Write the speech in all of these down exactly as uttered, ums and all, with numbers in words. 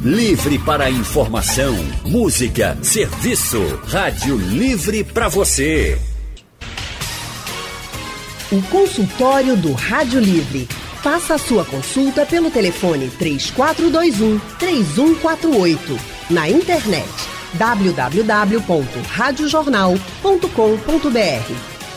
Livre para informação, música, serviço. Rádio Livre para você. O consultório do Rádio Livre. Faça a sua consulta pelo telefone três quatro dois um, três um quatro oito. Na internet w w w ponto rádio jornal ponto com ponto b r.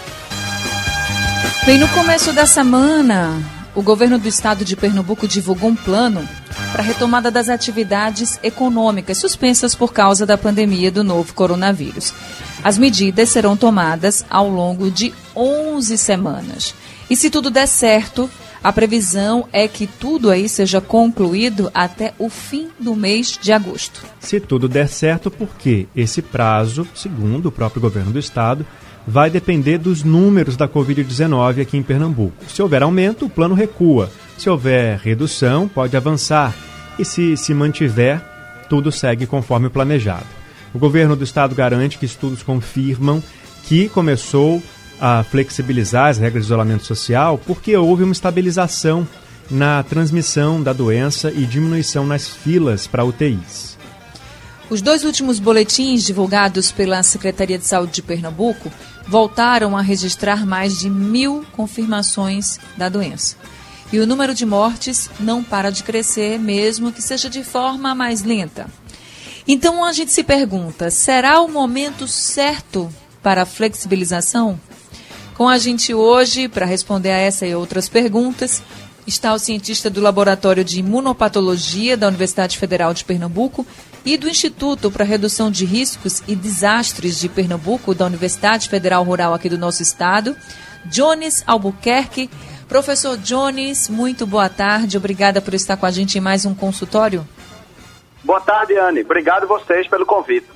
Bem, no começo da semana, o governo do estado de Pernambuco divulgou um plano para a retomada das atividades econômicas suspensas por causa da pandemia do novo coronavírus. As medidas serão tomadas ao longo de onze semanas. E se tudo der certo, a previsão é que tudo aí seja concluído até o fim do mês de agosto. Se tudo der certo, porque esse prazo, segundo o próprio governo do estado, vai depender dos números da covid dezenove aqui em Pernambuco. Se houver aumento, o plano recua. Se houver redução, pode avançar. E se se mantiver, tudo segue conforme o planejado. O governo do estado garante que estudos confirmam que começou a flexibilizar as regras de isolamento social porque houve uma estabilização na transmissão da doença e diminuição nas filas para U T Is. Os dois últimos boletins divulgados pela Secretaria de Saúde de Pernambuco voltaram a registrar mais de mil confirmações da doença. E o número de mortes não para de crescer, mesmo que seja de forma mais lenta. Então a gente se pergunta, será o momento certo para a flexibilização? Com a gente hoje, para responder a essa e outras perguntas, está o cientista do Laboratório de Imunopatologia da Universidade Federal de Pernambuco e do Instituto para Redução de Riscos e Desastres de Pernambuco, da Universidade Federal Rural aqui do nosso estado, Jones Albuquerque. Professor Jones, muito boa tarde, obrigada por estar com a gente em mais um consultório. Boa tarde, Anne. Obrigado a vocês pelo convite.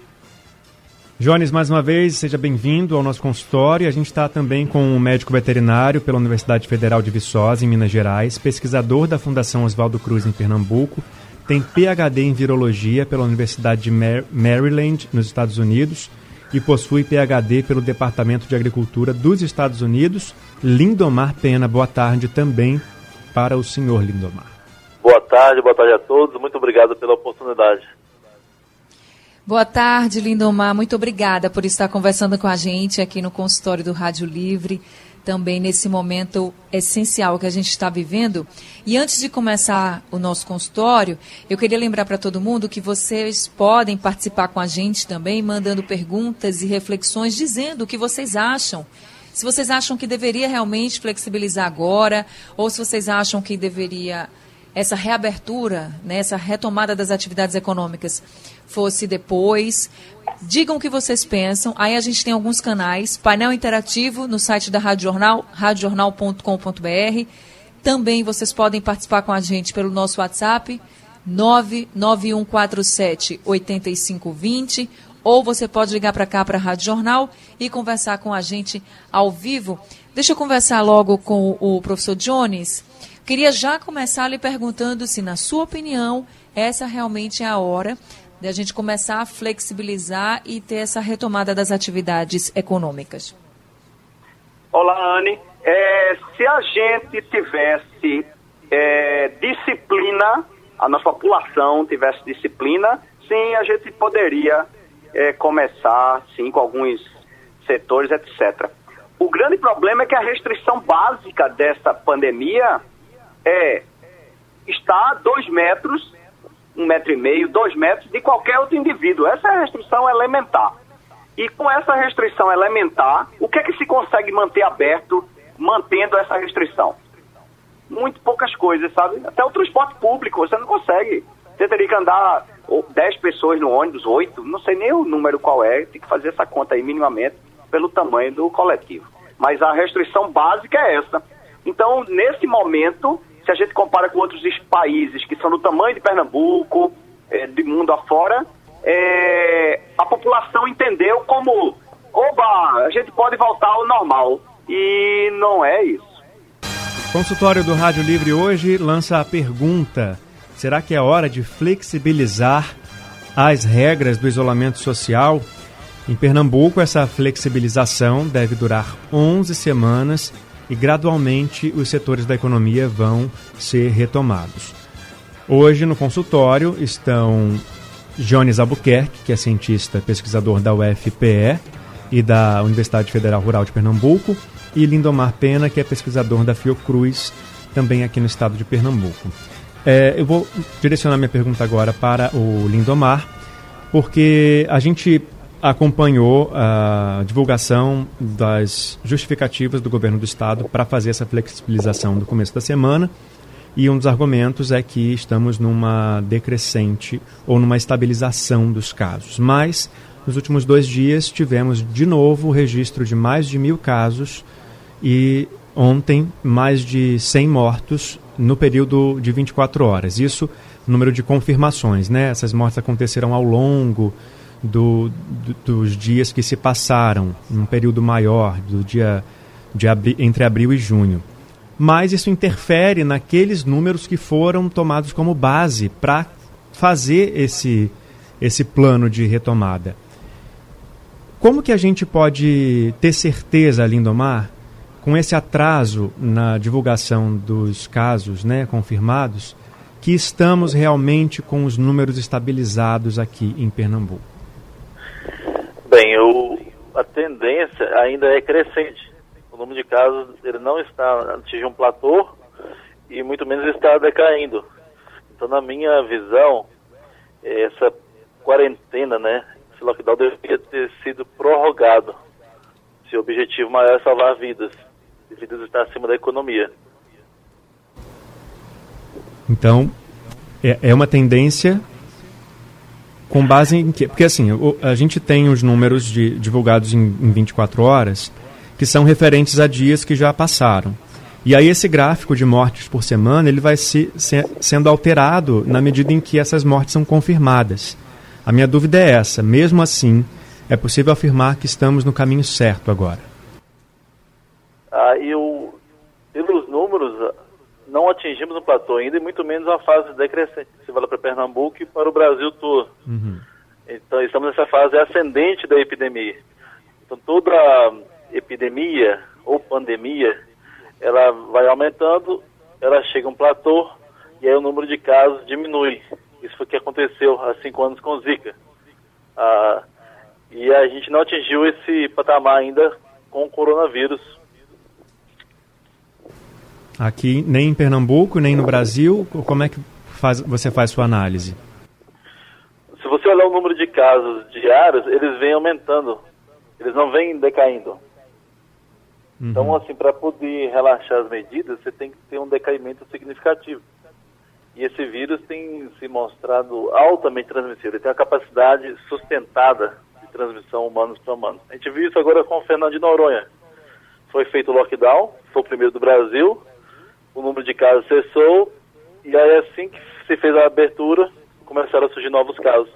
Jones, mais uma vez, seja bem-vindo ao nosso consultório. A gente está também com um médico veterinário pela Universidade Federal de Viçosa, em Minas Gerais, pesquisador da Fundação Oswaldo Cruz, em Pernambuco, tem P H D em Virologia pela Universidade de Maryland, nos Estados Unidos, e possui P H D pelo Departamento de Agricultura dos Estados Unidos. Lindomar Pena, boa tarde também para o senhor Lindomar. Boa tarde, boa tarde a todos. Muito obrigado pela oportunidade. Boa tarde, Lindomar. Muito obrigada por estar conversando com a gente aqui no consultório do Rádio Livre, também nesse momento essencial que a gente está vivendo. E antes de começar o nosso consultório, eu queria lembrar para todo mundo que vocês podem participar com a gente também, mandando perguntas e reflexões, dizendo o que vocês acham. Se vocês acham que deveria realmente flexibilizar agora, ou se vocês acham que deveria essa reabertura, né, essa retomada das atividades econômicas fosse depois. Digam o que vocês pensam. Aí a gente tem alguns canais, painel interativo no site da Rádio Jornal, rádio jornal ponto com ponto b r. Também vocês podem participar com a gente pelo nosso WhatsApp, nove nove um quatro sete, oito cinco dois zero, ou você pode ligar para cá, para a Rádio Jornal, e conversar com a gente ao vivo. Deixa eu conversar logo com o professor Jones. Queria já começar lhe perguntando se, na sua opinião, essa realmente é a hora de a gente começar a flexibilizar e ter essa retomada das atividades econômicas. Olá, Anne. É, se a gente tivesse é, disciplina, a nossa população tivesse disciplina, sim, a gente poderia é, começar, sim, com alguns setores, etcétera. O grande problema é que a restrição básica dessa pandemia é estar a dois metros, um metro e meio, dois metros de qualquer outro indivíduo. Essa é a restrição elementar. E com essa restrição elementar, o que é que se consegue manter aberto mantendo essa restrição? Muito poucas coisas, sabe? Até o transporte público, você não consegue. Você teria que andar dez pessoas no ônibus, oito, não sei nem o número qual é, tem que fazer essa conta aí minimamente pelo tamanho do coletivo. Mas a restrição básica é essa. Então, nesse momento, se a gente compara com outros países que são do tamanho de Pernambuco, é, de mundo afora, é, a população entendeu como, oba, a gente pode voltar ao normal. E não é isso. O consultório do Rádio Livre hoje lança a pergunta: será que é hora de flexibilizar as regras do isolamento social? Em Pernambuco, essa flexibilização deve durar onze semanas e gradualmente os setores da economia vão ser retomados. Hoje no consultório estão Jones Albuquerque, que é cientista pesquisador da U F P E e da Universidade Federal Rural de Pernambuco, e Lindomar Pena, que é pesquisador da Fiocruz, também aqui no estado de Pernambuco. É, eu vou direcionar minha pergunta agora para o Lindomar, porque a gente acompanhou a divulgação das justificativas do governo do estado para fazer essa flexibilização no começo da semana, e um dos argumentos é que estamos numa decrescente ou numa estabilização dos casos. Mas, nos últimos dois dias, tivemos de novo o registro de mais de mil casos e ontem mais de cem mortos no período de vinte e quatro horas. Isso, número de confirmações, né? Essas mortes aconteceram ao longo do, do, dos dias que se passaram, num período maior, do dia de abri, entre abril e junho. Mas isso interfere naqueles números que foram tomados como base para fazer esse, esse plano de retomada. Como que a gente pode ter certeza, Lindomar, com esse atraso na divulgação dos casos, né, confirmados, que estamos realmente com os números estabilizados aqui em Pernambuco? Bem, eu, a tendência ainda é crescente. O número de casos ele não está atingindo um platô e muito menos está decaindo. Então, na minha visão, essa quarentena, né, esse lockdown deveria ter sido prorrogado. Se o objetivo maior é salvar vidas. Vidas está acima da economia. Então, é, é uma tendência com base em que... Porque assim, o, a gente tem os números de, divulgados em, em vinte e quatro horas, que são referentes a dias que já passaram. E aí esse gráfico de mortes por semana, ele vai se, se, sendo alterado na medida em que essas mortes são confirmadas. A minha dúvida é essa. Mesmo assim, é possível afirmar que estamos no caminho certo agora? Ah, e o, pelos números, não atingimos o platô ainda, e muito menos a fase decrescente, se vale para Pernambuco e para o Brasil todo. Uhum. Então, estamos nessa fase ascendente da epidemia. Então, toda epidemia ou pandemia, ela vai aumentando, ela chega a um platô, e aí o número de casos diminui. Isso foi o que aconteceu há cinco anos com Zika. Ah, e a gente não atingiu esse patamar ainda com o coronavírus. Aqui, nem em Pernambuco, nem no Brasil, como é que faz, você faz sua análise? Se você olhar o número de casos diários, eles vêm aumentando, eles não vêm decaindo. Uhum. Então, assim, para poder relaxar as medidas, você tem que ter um decaimento significativo. E esse vírus tem se mostrado altamente transmissível, ele tem a capacidade sustentada de transmissão humanos para humanos. A gente viu isso agora com o Fernando de Noronha. Foi feito o lockdown, foi o primeiro do Brasil, o número de casos cessou, e aí assim que se fez a abertura, começaram a surgir novos casos.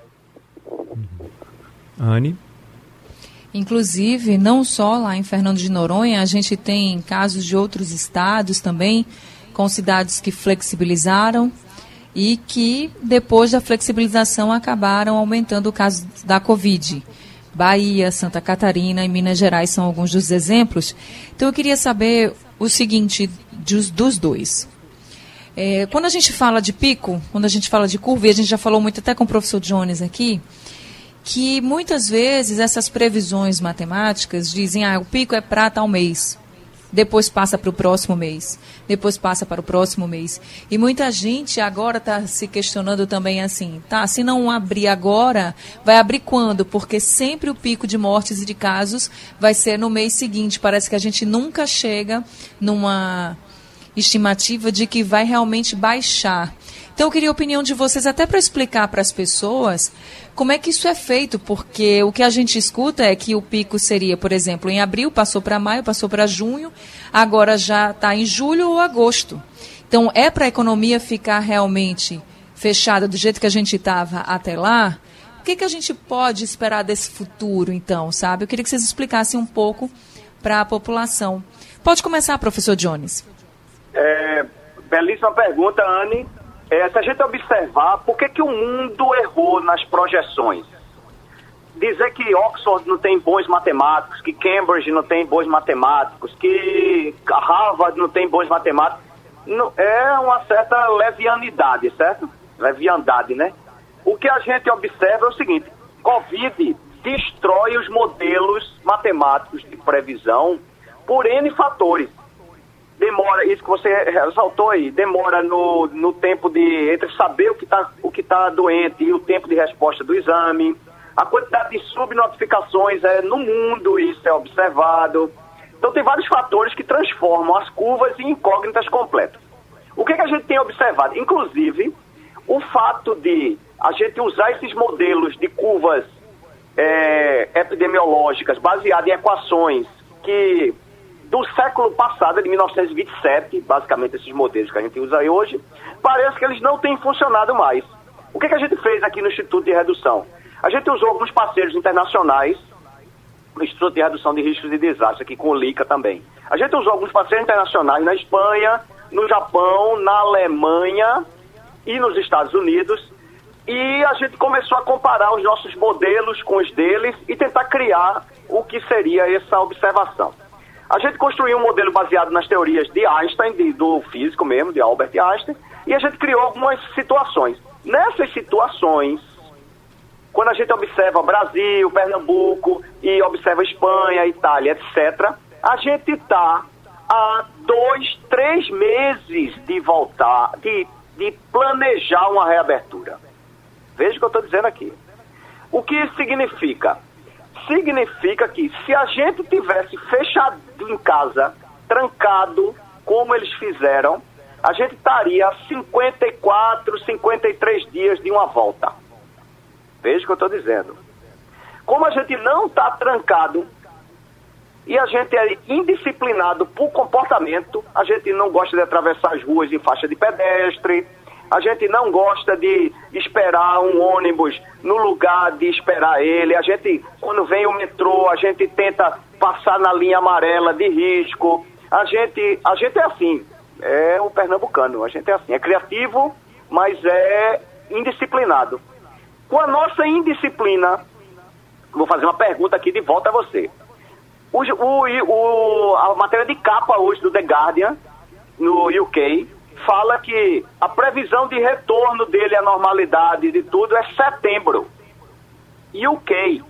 Anne? Inclusive, não só lá em Fernando de Noronha, a gente tem casos de outros estados também, com cidades que flexibilizaram e que, depois da flexibilização, acabaram aumentando o caso da Covid. Bahia, Santa Catarina e Minas Gerais são alguns dos exemplos. Então, eu queria saber o seguinte dos, dos dois. É, quando a gente fala de pico, quando a gente fala de curva, e a gente já falou muito até com o professor Jones aqui, que muitas vezes essas previsões matemáticas dizem, ah, o pico é para tal mês, depois passa para o próximo mês, depois passa para o próximo mês. E muita gente agora está se questionando também assim, tá, se não abrir agora, vai abrir quando? Porque sempre o pico de mortes e de casos vai ser no mês seguinte. Parece que a gente nunca chega numa estimativa de que vai realmente baixar. Então, eu queria a opinião de vocês, até para explicar para as pessoas como é que isso é feito, porque o que a gente escuta é que o pico seria, por exemplo, em abril, passou para maio, passou para junho, agora já está em julho ou agosto. Então, é para a economia ficar realmente fechada do jeito que a gente estava até lá? O que, que a gente pode esperar desse futuro, então, sabe? Eu queria que vocês explicassem um pouco para a população. Pode começar, professor Jones. É, belíssima pergunta, Anne. É, se a gente observar, por que, que o mundo errou nas projeções? Dizer que Oxford não tem bons matemáticos, que Cambridge não tem bons matemáticos, que Harvard não tem bons matemáticos, é uma certa levianidade, certo? Leviandade, né? O que a gente observa é o seguinte: Covid destrói os modelos matemáticos de previsão por N fatores. Demora, isso que você ressaltou aí, demora no, no tempo de, entre saber o que está o que tá doente e o tempo de resposta do exame, a quantidade de subnotificações é, no mundo, isso é observado. Então tem vários fatores que transformam as curvas em incógnitas completas. O que, que a gente tem observado? Inclusive, o fato de a gente usar esses modelos de curvas é, epidemiológicas baseadas em equações que do século passado, de mil novecentos e vinte e sete, basicamente esses modelos que a gente usa aí hoje, parece que eles não têm funcionado mais. O que, que a gente fez aqui no Instituto de Redução? A gente usou alguns parceiros internacionais, no Instituto de Redução de Riscos e Desastres, aqui com o LICA também. A gente usou alguns parceiros internacionais na Espanha, no Japão, na Alemanha e nos Estados Unidos, e a gente começou a comparar os nossos modelos com os deles e tentar criar o que seria essa observação. A gente construiu um modelo baseado nas teorias de Einstein, de, do físico mesmo, de Albert Einstein, e a gente criou algumas situações. Nessas situações, quando a gente observa Brasil, Pernambuco, e observa Espanha, Itália, etcétera, a gente está há dois, três meses de voltar, de, de planejar uma reabertura. Veja o que eu estou dizendo aqui. O que isso significa? Significa que se a gente tivesse fechado em casa, trancado, como eles fizeram, a gente estaria a cinquenta e quatro, cinquenta e três dias de uma volta. Veja o que eu estou dizendo. Como a gente não está trancado e a gente é indisciplinado por comportamento, a gente não gosta de atravessar as ruas em faixa de pedestre, a gente não gosta de esperar um ônibus no lugar de esperar ele. A gente, quando vem o metrô, a gente tenta passar na linha amarela de risco. A gente, a gente é assim, é o pernambucano, a gente é assim, é criativo, mas é indisciplinado. Com a nossa indisciplina, vou fazer uma pergunta aqui de volta a você. O, o, o, a matéria de capa hoje do The Guardian, no U K, fala que a previsão de retorno dele à normalidade de tudo é setembro. E o U K,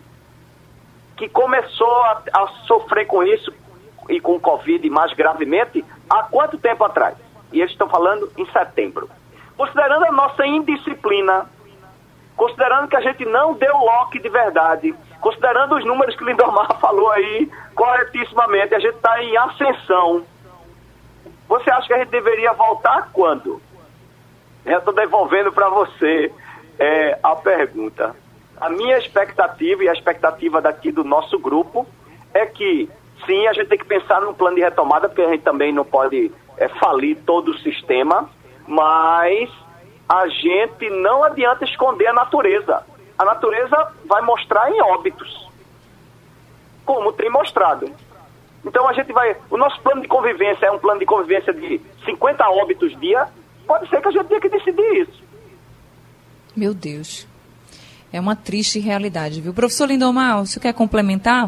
que começou a, a sofrer com isso e com o Covid mais gravemente, há quanto tempo atrás? E eles estão falando em setembro. Considerando a nossa indisciplina, considerando que a gente não deu lock de verdade, considerando os números que o Lindomar falou aí corretíssimamente, a gente está em ascensão. Você acha que a gente deveria voltar quando? Eu estou devolvendo para você é, a pergunta. A minha expectativa e a expectativa daqui do nosso grupo é que, sim, a gente tem que pensar num plano de retomada, porque a gente também não pode é, falir todo o sistema, mas a gente não adianta esconder a natureza. A natureza vai mostrar em óbitos, como tem mostrado. Então a gente vai... O nosso plano de convivência é um plano de convivência de cinquenta óbitos dia. Pode ser que a gente tenha que decidir isso. Meu Deus. É uma triste realidade, viu? Professor Lindomar, você quer complementar?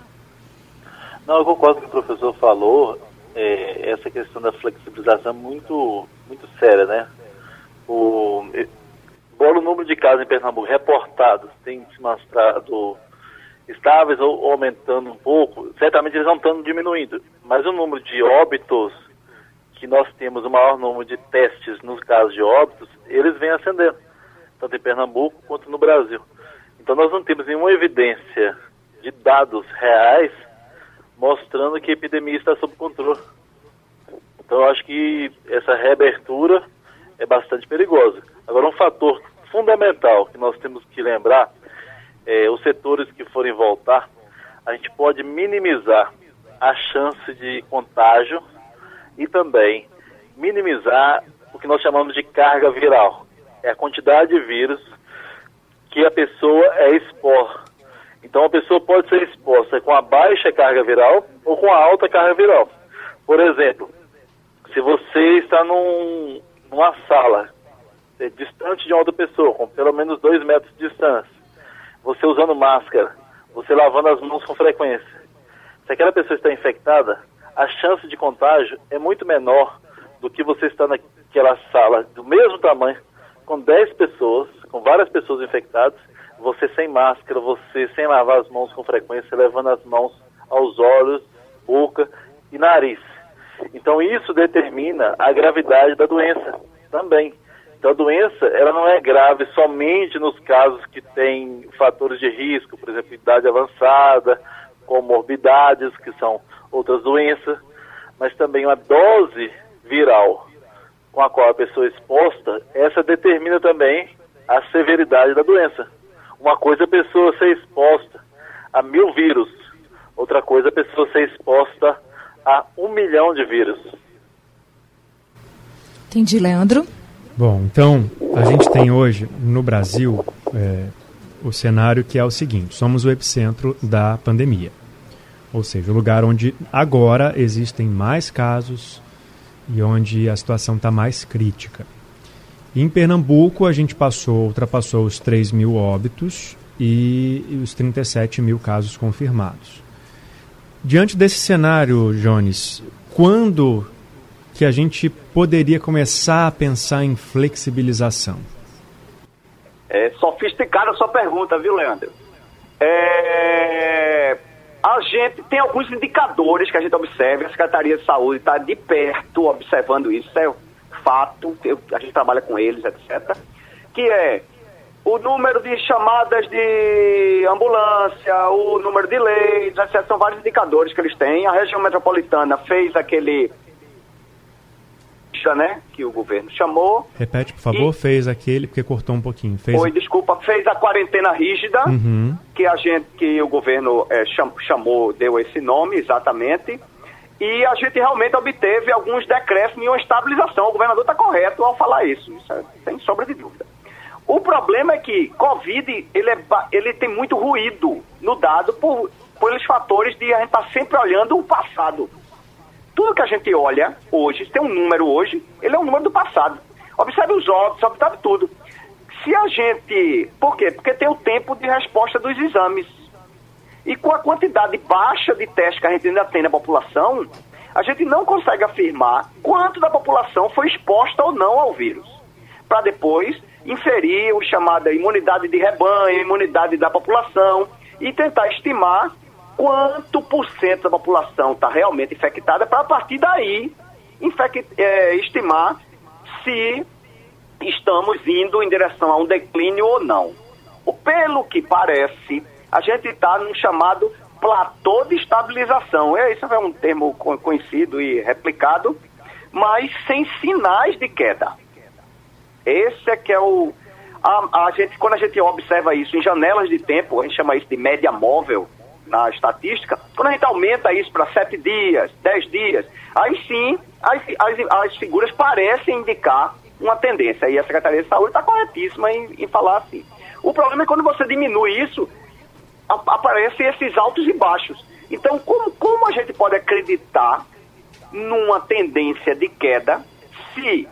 Não, eu concordo com o que o professor falou. É, essa questão da flexibilização é muito, muito séria, né? O, embora o número de casos em Pernambuco reportados tem se mostrado estáveis ou aumentando um pouco, certamente eles não estão diminuindo, mas o número de óbitos, que nós temos o maior número de testes nos casos de óbitos, eles vêm ascendendo, tanto em Pernambuco quanto no Brasil. Então nós não temos nenhuma evidência de dados reais mostrando que a epidemia está sob controle. Então eu acho que essa reabertura é bastante perigosa. Agora, um fator fundamental que nós temos que lembrar é, os setores que forem voltar, a gente pode minimizar a chance de contágio e também minimizar o que nós chamamos de carga viral. É a quantidade de vírus que a pessoa é exposta. Então a pessoa pode ser exposta com a baixa carga viral ou com a alta carga viral. Por exemplo, se você está num, numa sala é, distante de uma outra pessoa, com pelo menos dois metros de distância, você usando máscara, você lavando as mãos com frequência. Se aquela pessoa está infectada, a chance de contágio é muito menor do que você estar naquela sala do mesmo tamanho, com dez pessoas, com várias pessoas infectadas, você sem máscara, você sem lavar as mãos com frequência, levando as mãos aos olhos, boca e nariz. Então isso determina a gravidade da doença também. Então a doença, ela não é grave somente nos casos que tem fatores de risco, por exemplo, idade avançada, comorbidades, que são outras doenças, mas também uma dose viral com a qual a pessoa é exposta, essa determina também a severidade da doença. Uma coisa é a pessoa ser exposta a mil vírus, outra coisa é a pessoa ser exposta a um milhão de vírus. Entendi, Leandro. Bom, então, a gente tem hoje no Brasil é, o cenário que é o seguinte: somos o epicentro da pandemia. Ou seja, o lugar onde agora existem mais casos e onde a situação está mais crítica. Em Pernambuco, a gente passou, ultrapassou os três mil óbitos e, e os trinta e sete mil casos confirmados. Diante desse cenário, Jones, quando que a gente poderia começar a pensar em flexibilização? É sofisticada a sua pergunta, viu, Leandro? É... A gente tem alguns indicadores que a gente observa, a Secretaria de Saúde está de perto observando isso, é fato, eu, a gente trabalha com eles, etcétera. Que é o número de chamadas de ambulância, o número de leitos, etcétera. São vários indicadores que eles têm. A região metropolitana fez aquele, né, que o governo chamou. Repete, por favor, e... fez aquele, porque cortou um pouquinho. Fez... Oi, desculpa, fez a quarentena rígida, uhum. que a gente, que o governo é, chamou, deu esse nome exatamente. E a gente realmente obteve alguns decréscimos e uma estabilização. O governador está correto ao falar isso, isso é, sem sombra de dúvida. O problema é que Covid, ele, é, ele tem muito ruído no dado por, por esses fatores de a gente estar tá sempre olhando o passado. Tudo que a gente olha hoje, se tem um número hoje, ele é um número do passado. Observe os óbitos, observe tudo. Se a gente... Por quê? Porque tem o tempo de resposta dos exames. E com a quantidade baixa de testes que a gente ainda tem na população, a gente não consegue afirmar quanto da população foi exposta ou não ao vírus. Para depois inferir o chamado imunidade de rebanho, imunidade da população, e tentar estimar quanto por cento da população está realmente infectada, para a partir daí infect, é, estimar se estamos indo em direção a um declínio ou não. O, pelo que parece, a gente está num chamado platô de estabilização. É, isso é um termo conhecido e replicado, mas sem sinais de queda. Esse é que é o... A, a gente, quando a gente observa isso em janelas de tempo, a gente chama isso de média móvel na estatística, quando a gente aumenta isso para sete dias, dez dias, aí sim as, as, as figuras parecem indicar uma tendência. E a Secretaria de Saúde está corretíssima em, em falar assim. O problema é quando você diminui isso, a, aparecem esses altos e baixos. Então, como, como a gente pode acreditar numa tendência de queda se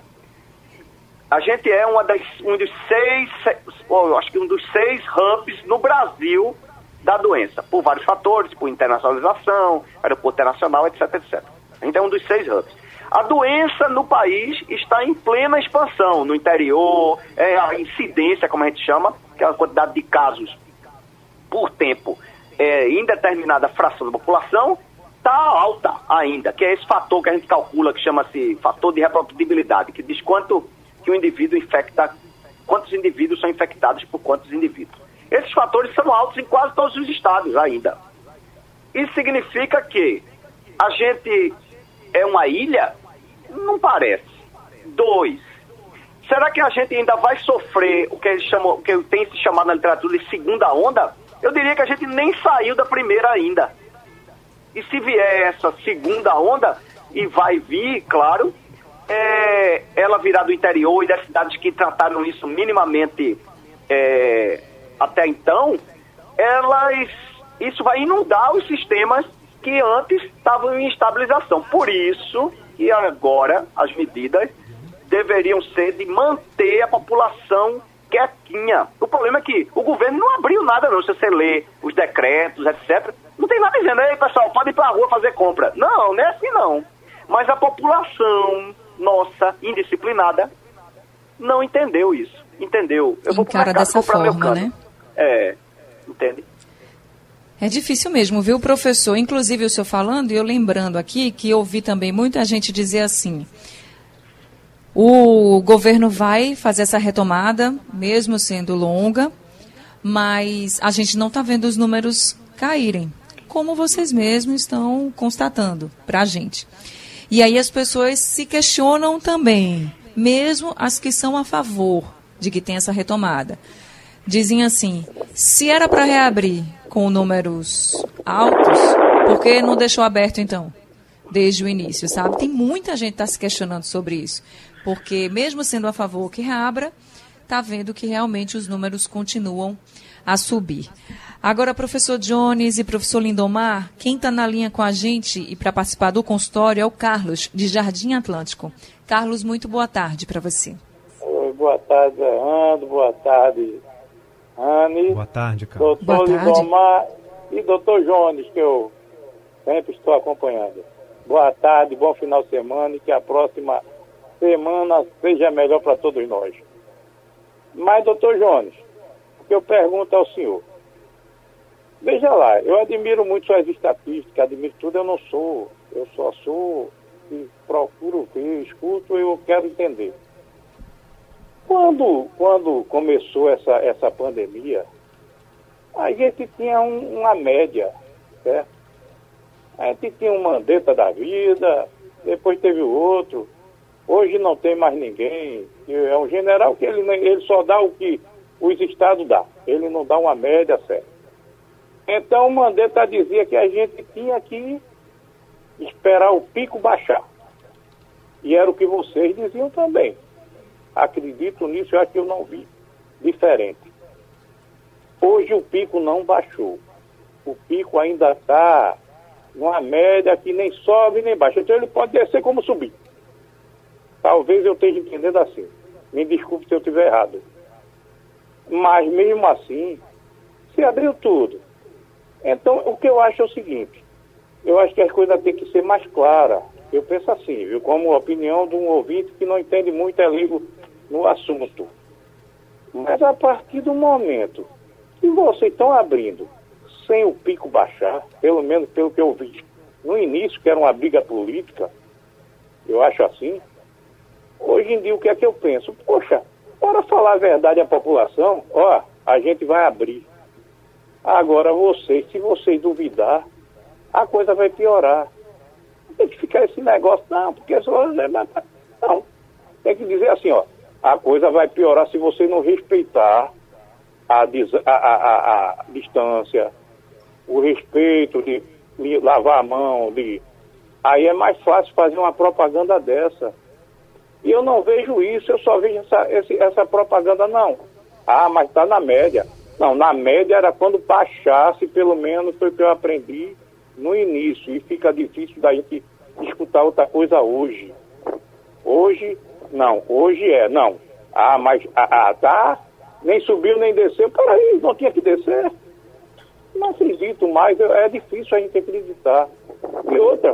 a gente é uma das, um dos seis, ou acho que um dos seis hubs no Brasil da doença, por vários fatores, por internacionalização, aeroporto internacional, etc, etcétera. A gente é um dos seis hubs. A doença no país está em plena expansão, no interior, é a incidência, como a gente chama, que é a quantidade de casos por tempo é, em determinada fração da população, está alta ainda, que é esse fator que a gente calcula, que chama-se fator de reprodutibilidade, que diz quanto que o indivíduo infecta, quantos indivíduos são infectados por quantos indivíduos. Esses fatores são altos em quase todos os estados ainda. Isso significa que a gente é uma ilha? Não parece. Dois, será que a gente ainda vai sofrer o que eles chamam, o que tem se chamado na literatura de segunda onda? Eu diria que a gente nem saiu da primeira ainda. E se vier essa segunda onda, e vai vir, claro, é, ela virá do interior e das cidades que trataram isso minimamente é, até então, elas, isso vai inundar os sistemas que antes estavam em estabilização. Por isso que agora as medidas deveriam ser de manter a população quietinha. O problema é que o governo não abriu nada não. Se você lê os decretos, etcétera, não tem nada dizendo, ei pessoal, pode ir para a rua fazer compra. Não, não é assim não. Mas a população nossa, indisciplinada, não entendeu isso. Entendeu? Eu vou Encara dessa forma, né? É, entende? É difícil mesmo, viu, professor? Inclusive, o senhor falando, e eu lembrando aqui, que eu ouvi também muita gente dizer assim, o governo vai fazer essa retomada, mesmo sendo longa, mas a gente não está vendo os números caírem, como vocês mesmos estão constatando para a gente. E aí as pessoas se questionam também, mesmo as que são a favor de que tenha essa retomada. Dizem assim, se era para reabrir com números altos, por que não deixou aberto então, desde o início, sabe? Tem muita gente que está se questionando sobre isso, porque mesmo sendo a favor que reabra, está vendo que realmente os números continuam a subir. Agora, professor Jones e professor Lindomar, quem está na linha com a gente e para participar do consultório é o Carlos, de Jardim Atlântico. Carlos, muito boa tarde para você. Oi, boa tarde, Leandro, boa tarde, Anne. Boa tarde, Carlos. Doutor Lindomar e doutor Jones, que eu sempre estou acompanhando. Boa tarde, bom final de semana e que a próxima semana seja melhor para todos nós. Mas, doutor Jones, o que eu pergunto ao senhor, veja lá, eu admiro muito suas estatísticas, admiro tudo, eu não sou, eu só sou e procuro ver, escuto, eu quero entender. Quando, quando começou essa, essa pandemia, a gente tinha um, uma média, certo? A gente tinha um Mandetta da vida, depois teve o outro, hoje não tem mais ninguém, é um general que ele, ele só dá o que os estados dão, ele não dá uma média certa. Então o Mandetta dizia que a gente tinha que esperar o pico baixar. E era o que vocês diziam também. Acredito nisso, eu acho que eu não vi diferente. Hoje o pico não baixou. O pico ainda está numa média que nem sobe nem baixa. Então ele pode descer como subir. Talvez eu esteja entendendo assim. Me desculpe se eu estiver errado. Mas mesmo assim, se abriu tudo. Então o que eu acho é o seguinte. Eu acho que as coisas têm que ser mais claras. Eu penso assim, viu? Como opinião de um ouvinte que não entende muito, é ligo no assunto. Mas a partir do momento que vocês estão abrindo sem o pico baixar, pelo menos pelo que eu vi no início, que era uma briga política, eu acho assim, hoje em dia o que é que eu penso? Poxa, para falar a verdade à população, ó, a gente vai abrir. Agora vocês, se vocês duvidar, a coisa vai piorar. Tem que ficar esse negócio, não, porque só... Não, tem que dizer assim, ó, a coisa vai piorar se você não respeitar a, a, a, a distância, o respeito de, de lavar a mão, de... Aí é mais fácil fazer uma propaganda dessa. E eu não vejo isso, eu só vejo essa, esse, essa propaganda, não. Ah, mas está na média. Não, na média era quando baixasse, pelo menos foi o que eu aprendi no início, e fica difícil da gente escutar outra coisa hoje. Hoje, não, hoje é, não. Ah, mas, ah, tá, nem subiu nem desceu, peraí, não tinha que descer. Não acredito mais, é difícil a gente acreditar. E outra,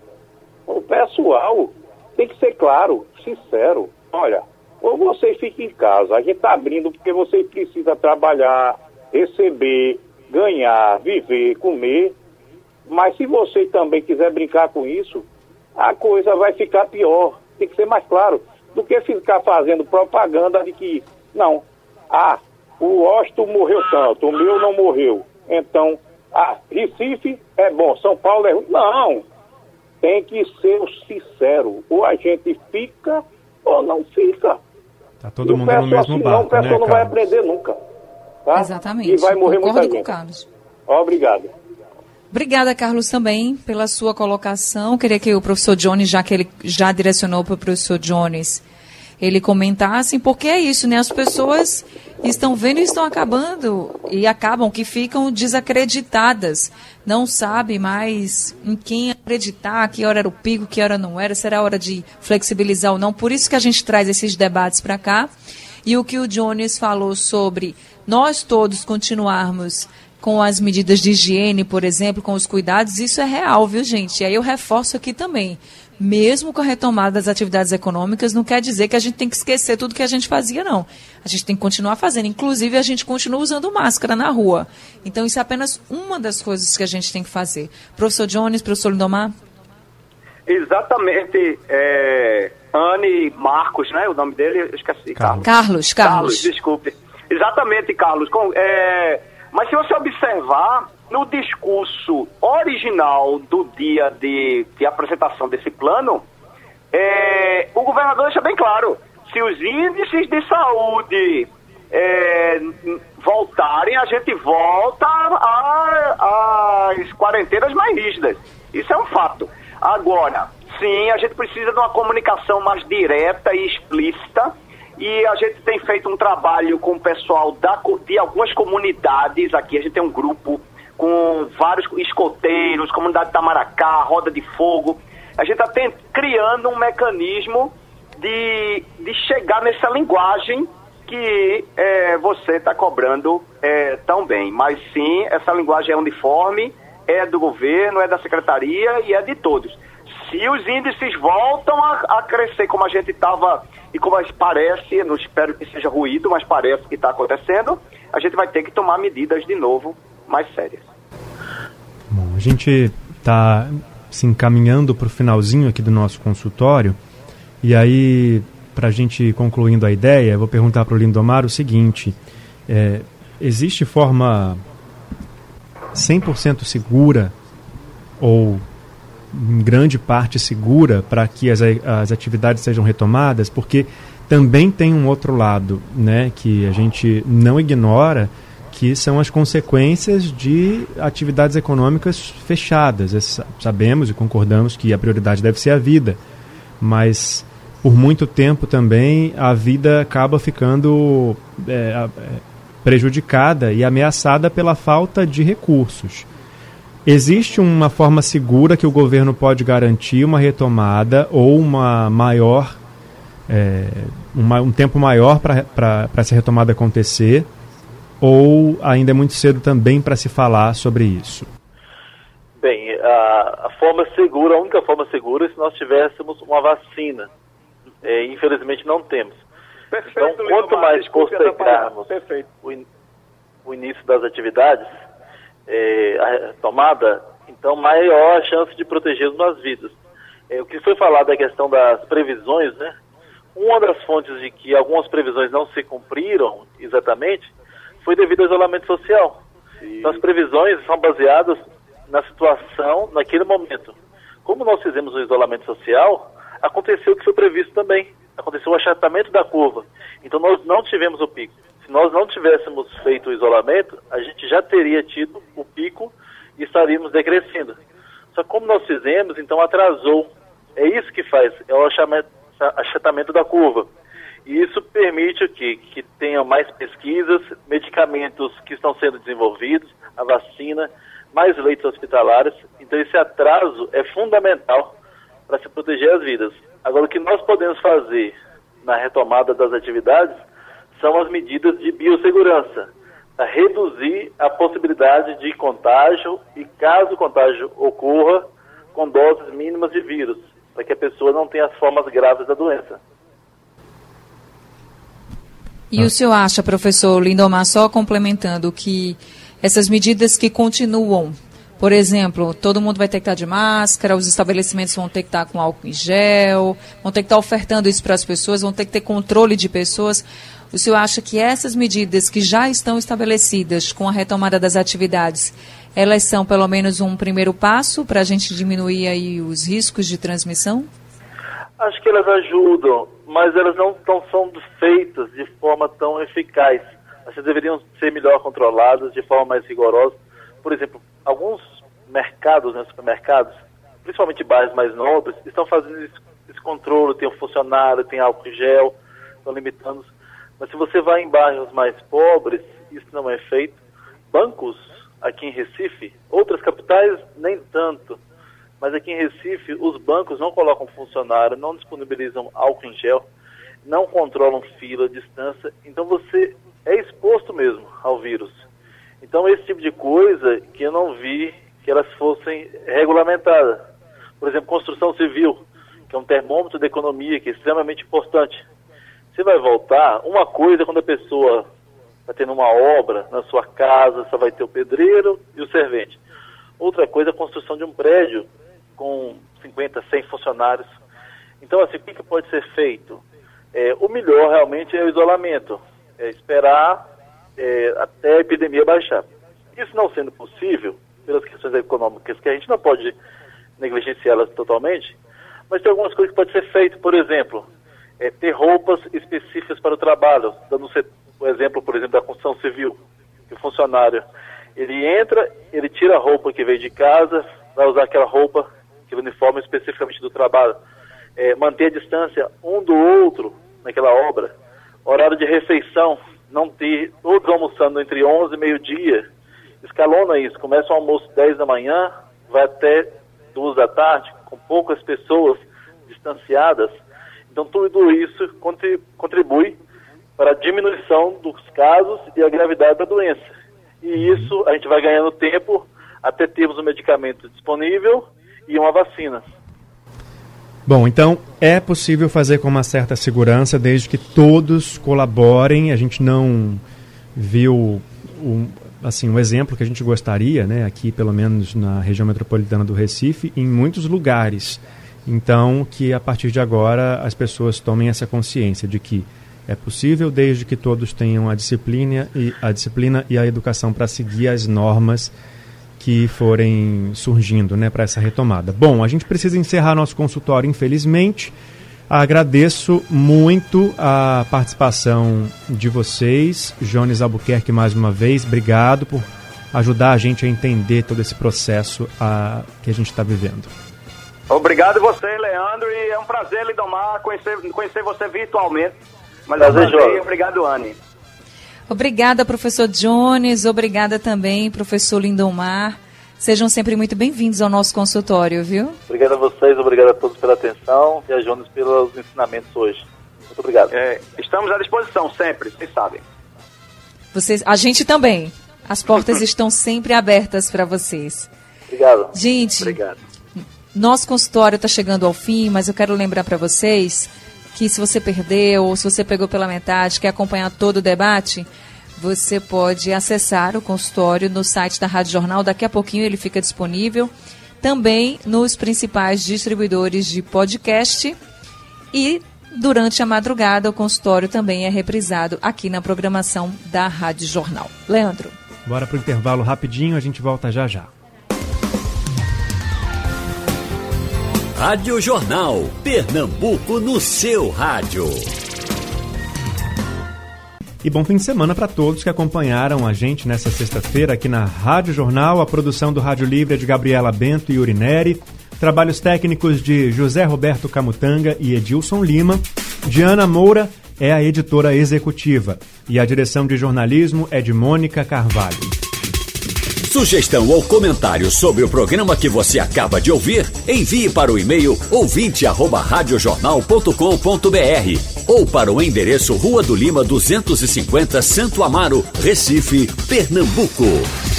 o pessoal tem que ser claro, sincero. Olha, ou vocês fiquem em casa, a gente está abrindo porque vocês precisam trabalhar, receber, ganhar, viver, comer. Mas se você também quiser brincar com isso, a coisa vai ficar pior. Tem que ser mais claro do que ficar fazendo propaganda de que, não, ah, o Washington morreu tanto, o meu não morreu. Então, ah, Recife é bom, São Paulo é ruim. Não, tem que ser o sincero. Ou a gente fica ou não fica. Tá todo mundo no mesmo assim, barco, não, o pessoal né, não Carlos? vai aprender nunca. Tá? Exatamente. E vai morrer Concordo muita com gente. o Carlos. Obrigado. Obrigada, Carlos, também pela sua colocação. Queria que o professor Jones, já que ele já direcionou para o professor Jones, ele comentasse, porque é isso, né? As pessoas estão vendo e estão acabando, e acabam que ficam desacreditadas. Não sabem mais em quem acreditar, que hora era o pico, que hora não era, será hora de flexibilizar ou não. Por isso que a gente traz esses debates para cá. E o que o Jones falou sobre nós todos continuarmos com as medidas de higiene, por exemplo, com os cuidados, isso é real, viu, gente? E aí eu reforço aqui também. Mesmo com a retomada das atividades econômicas, não quer dizer que a gente tem que esquecer tudo que a gente fazia, não. A gente tem que continuar fazendo. Inclusive, a gente continua usando máscara na rua. Então, isso é apenas uma das coisas que a gente tem que fazer. Professor Jones, professor Lindomar? Exatamente. É, Anne Marcos, né? O nome dele, eu esqueci. Carlos. Carlos, Carlos. Carlos, desculpe. Exatamente, Carlos. Com, é, mas se você observar, no discurso original do dia de, de apresentação desse plano, é, o governador deixa bem claro, se os índices de saúde é, voltarem, a gente volta às quarentenas mais rígidas. Isso é um fato. Agora, sim, a gente precisa de uma comunicação mais direta e explícita, e a gente tem feito um trabalho com o pessoal da, de algumas comunidades aqui. A gente tem um grupo com vários escoteiros, comunidade de Tamaracá, Roda de Fogo. A gente está criando um mecanismo de, de chegar nessa linguagem que é, você está cobrando é, tão bem. Mas sim, essa linguagem é uniforme, é do governo, é da secretaria e é de todos. Se os índices voltam a, a crescer como a gente estava, e como parece, não espero que seja ruído, mas parece que está acontecendo, a gente vai ter que tomar medidas de novo mais sérias. Bom, a gente está se encaminhando para o finalzinho aqui do nosso consultório, e aí, para a gente ir concluindo a ideia, eu vou perguntar para o Lindomar o seguinte, é, existe forma cem por cento segura ou em grande parte segura para que as, as atividades sejam retomadas? Porque também tem um outro lado, né, que a gente não ignora, que são as consequências de atividades econômicas fechadas. Sabemos e concordamos que a prioridade deve ser a vida, mas por muito tempo também a vida acaba ficando é, prejudicada e ameaçada pela falta de recursos. Existe uma forma segura que o governo pode garantir uma retomada ou uma maior, é, uma, um tempo maior para essa retomada acontecer? Ou ainda é muito cedo também para se falar sobre isso? Bem, a, a forma segura, a única forma segura é se nós tivéssemos uma vacina. É, infelizmente não temos. Perfeito, então, quanto mais postergarmos o, in, o início das atividades, é, a retomada, então maior a chance de protegermos as vidas. É, o que foi falado é a questão das previsões, né? Uma das fontes de que algumas previsões não se cumpriram exatamente foi devido ao isolamento social. Sim. Então as previsões são baseadas na situação, naquele momento. Como nós fizemos o isolamento social, aconteceu o que foi previsto também. Aconteceu o achatamento da curva. Então nós não tivemos o pico. Se nós não tivéssemos feito o isolamento, a gente já teria tido o pico e estaríamos decrescendo. Só que como nós fizemos, então atrasou. É isso que faz, é o achatamento da curva. E isso permite o quê? Que tenha mais pesquisas, medicamentos que estão sendo desenvolvidos, a vacina, mais leitos hospitalares. Então esse atraso é fundamental para se proteger as vidas. Agora, o que nós podemos fazer na retomada das atividades são as medidas de biossegurança, para reduzir a possibilidade de contágio e, caso o contágio ocorra, com doses mínimas de vírus, para que a pessoa não tenha as formas graves da doença. E o senhor acha, professor Lindomar, só complementando, que essas medidas que continuam, por exemplo, todo mundo vai ter que estar de máscara, os estabelecimentos vão ter que estar com álcool em gel, vão ter que estar ofertando isso para as pessoas, vão ter que ter controle de pessoas. O senhor acha que essas medidas que já estão estabelecidas com a retomada das atividades, elas são pelo menos um primeiro passo para a gente diminuir aí os riscos de transmissão? Acho que elas ajudam, mas elas não tão, são feitas de forma tão eficaz. Elas deveriam ser melhor controladas, de forma mais rigorosa. Por exemplo, alguns mercados, né, supermercados, principalmente bairros mais nobres, estão fazendo esse, esse controle, tem um funcionário, tem álcool em gel, estão limitando. Mas se você vai em bairros mais pobres, isso não é feito. Bancos, aqui em Recife, outras capitais nem tanto, mas aqui em Recife os bancos não colocam funcionário, não disponibilizam álcool em gel, não controlam fila, distância, então você é exposto mesmo ao vírus. Então, esse tipo de coisa que eu não vi que elas fossem regulamentadas. Por exemplo, construção civil, que é um termômetro da economia, que é extremamente importante. Você vai voltar, uma coisa é quando a pessoa está tendo uma obra na sua casa, só vai ter o pedreiro e o servente. Outra coisa é a construção de um prédio com cinquenta, cem funcionários. Então, assim, o que, que pode ser feito? É, o melhor realmente é o isolamento, é esperar é, até a epidemia baixar. Isso não sendo possível, pelas questões econômicas, que a gente não pode negligenciá-las totalmente, mas tem algumas coisas que podem ser feitas. Por exemplo, é, ter roupas específicas para o trabalho, dando o exemplo, por exemplo, da construção civil, que o funcionário, ele entra, ele tira a roupa que veio de casa, vai usar aquela roupa, aquele uniforme especificamente do trabalho, é, manter a distância um do outro naquela obra, horário de refeição, não ter todos almoçando entre onze e meio-dia, escalona isso, começa o almoço dez da manhã, vai até duas da tarde, com poucas pessoas distanciadas. Então tudo isso contribui para a diminuição dos casos e a gravidade da doença. E isso a gente vai ganhando tempo até termos um medicamento disponível e uma vacina. Bom, então é possível fazer com uma certa segurança desde que todos colaborem. A gente não viu um, assim, um exemplo que a gente gostaria, né, aqui pelo menos na região metropolitana do Recife, em muitos lugares. Então, que a partir de agora as pessoas tomem essa consciência de que é possível desde que todos tenham a disciplina e a, disciplina e a educação para seguir as normas que forem surgindo, né, para essa retomada. Bom, a gente precisa encerrar nosso consultório, infelizmente. Agradeço muito a participação de vocês. Jones Albuquerque, mais uma vez, obrigado por ajudar a gente a entender todo esse processo a, que a gente está vivendo. Obrigado você, Leandro, e é um prazer, Lindomar, conhecer, conhecer você virtualmente. Mas prazer, é um prazer. Obrigado, Anne. Obrigada, professor Jones. Obrigada também, professor Lindomar. Sejam sempre muito bem-vindos ao nosso consultório, viu? Obrigado a vocês, obrigado a todos pela atenção e a Jones pelos ensinamentos hoje. Muito obrigado. É, estamos à disposição sempre, vocês sabem. Vocês, a gente também. As portas estão sempre abertas para vocês. Obrigado. Gente, obrigado. Nosso consultório está chegando ao fim, mas eu quero lembrar para vocês que se você perdeu ou se você pegou pela metade, quer acompanhar todo o debate, você pode acessar o consultório no site da Rádio Jornal. Daqui a pouquinho ele fica disponível. Também nos principais distribuidores de podcast. E durante a madrugada o consultório também é reprisado aqui na programação da Rádio Jornal. Leandro. Bora para o intervalo rapidinho, a gente volta já já. Rádio Jornal, Pernambuco no seu rádio. E bom fim de semana para todos que acompanharam a gente nessa sexta-feira aqui na Rádio Jornal. A produção do Rádio Livre é de Gabriela Bento e Urineri. Trabalhos técnicos de José Roberto Camutanga e Edilson Lima. Diana Moura é a editora executiva. E a direção de jornalismo é de Mônica Carvalho. Sugestão ou comentário sobre o programa que você acaba de ouvir, envie para o e-mail ouvinte arroba radiojornal ponto com ponto br ou para o endereço Rua do Lima duzentos e cinquenta, Santo Amaro, Recife, Pernambuco.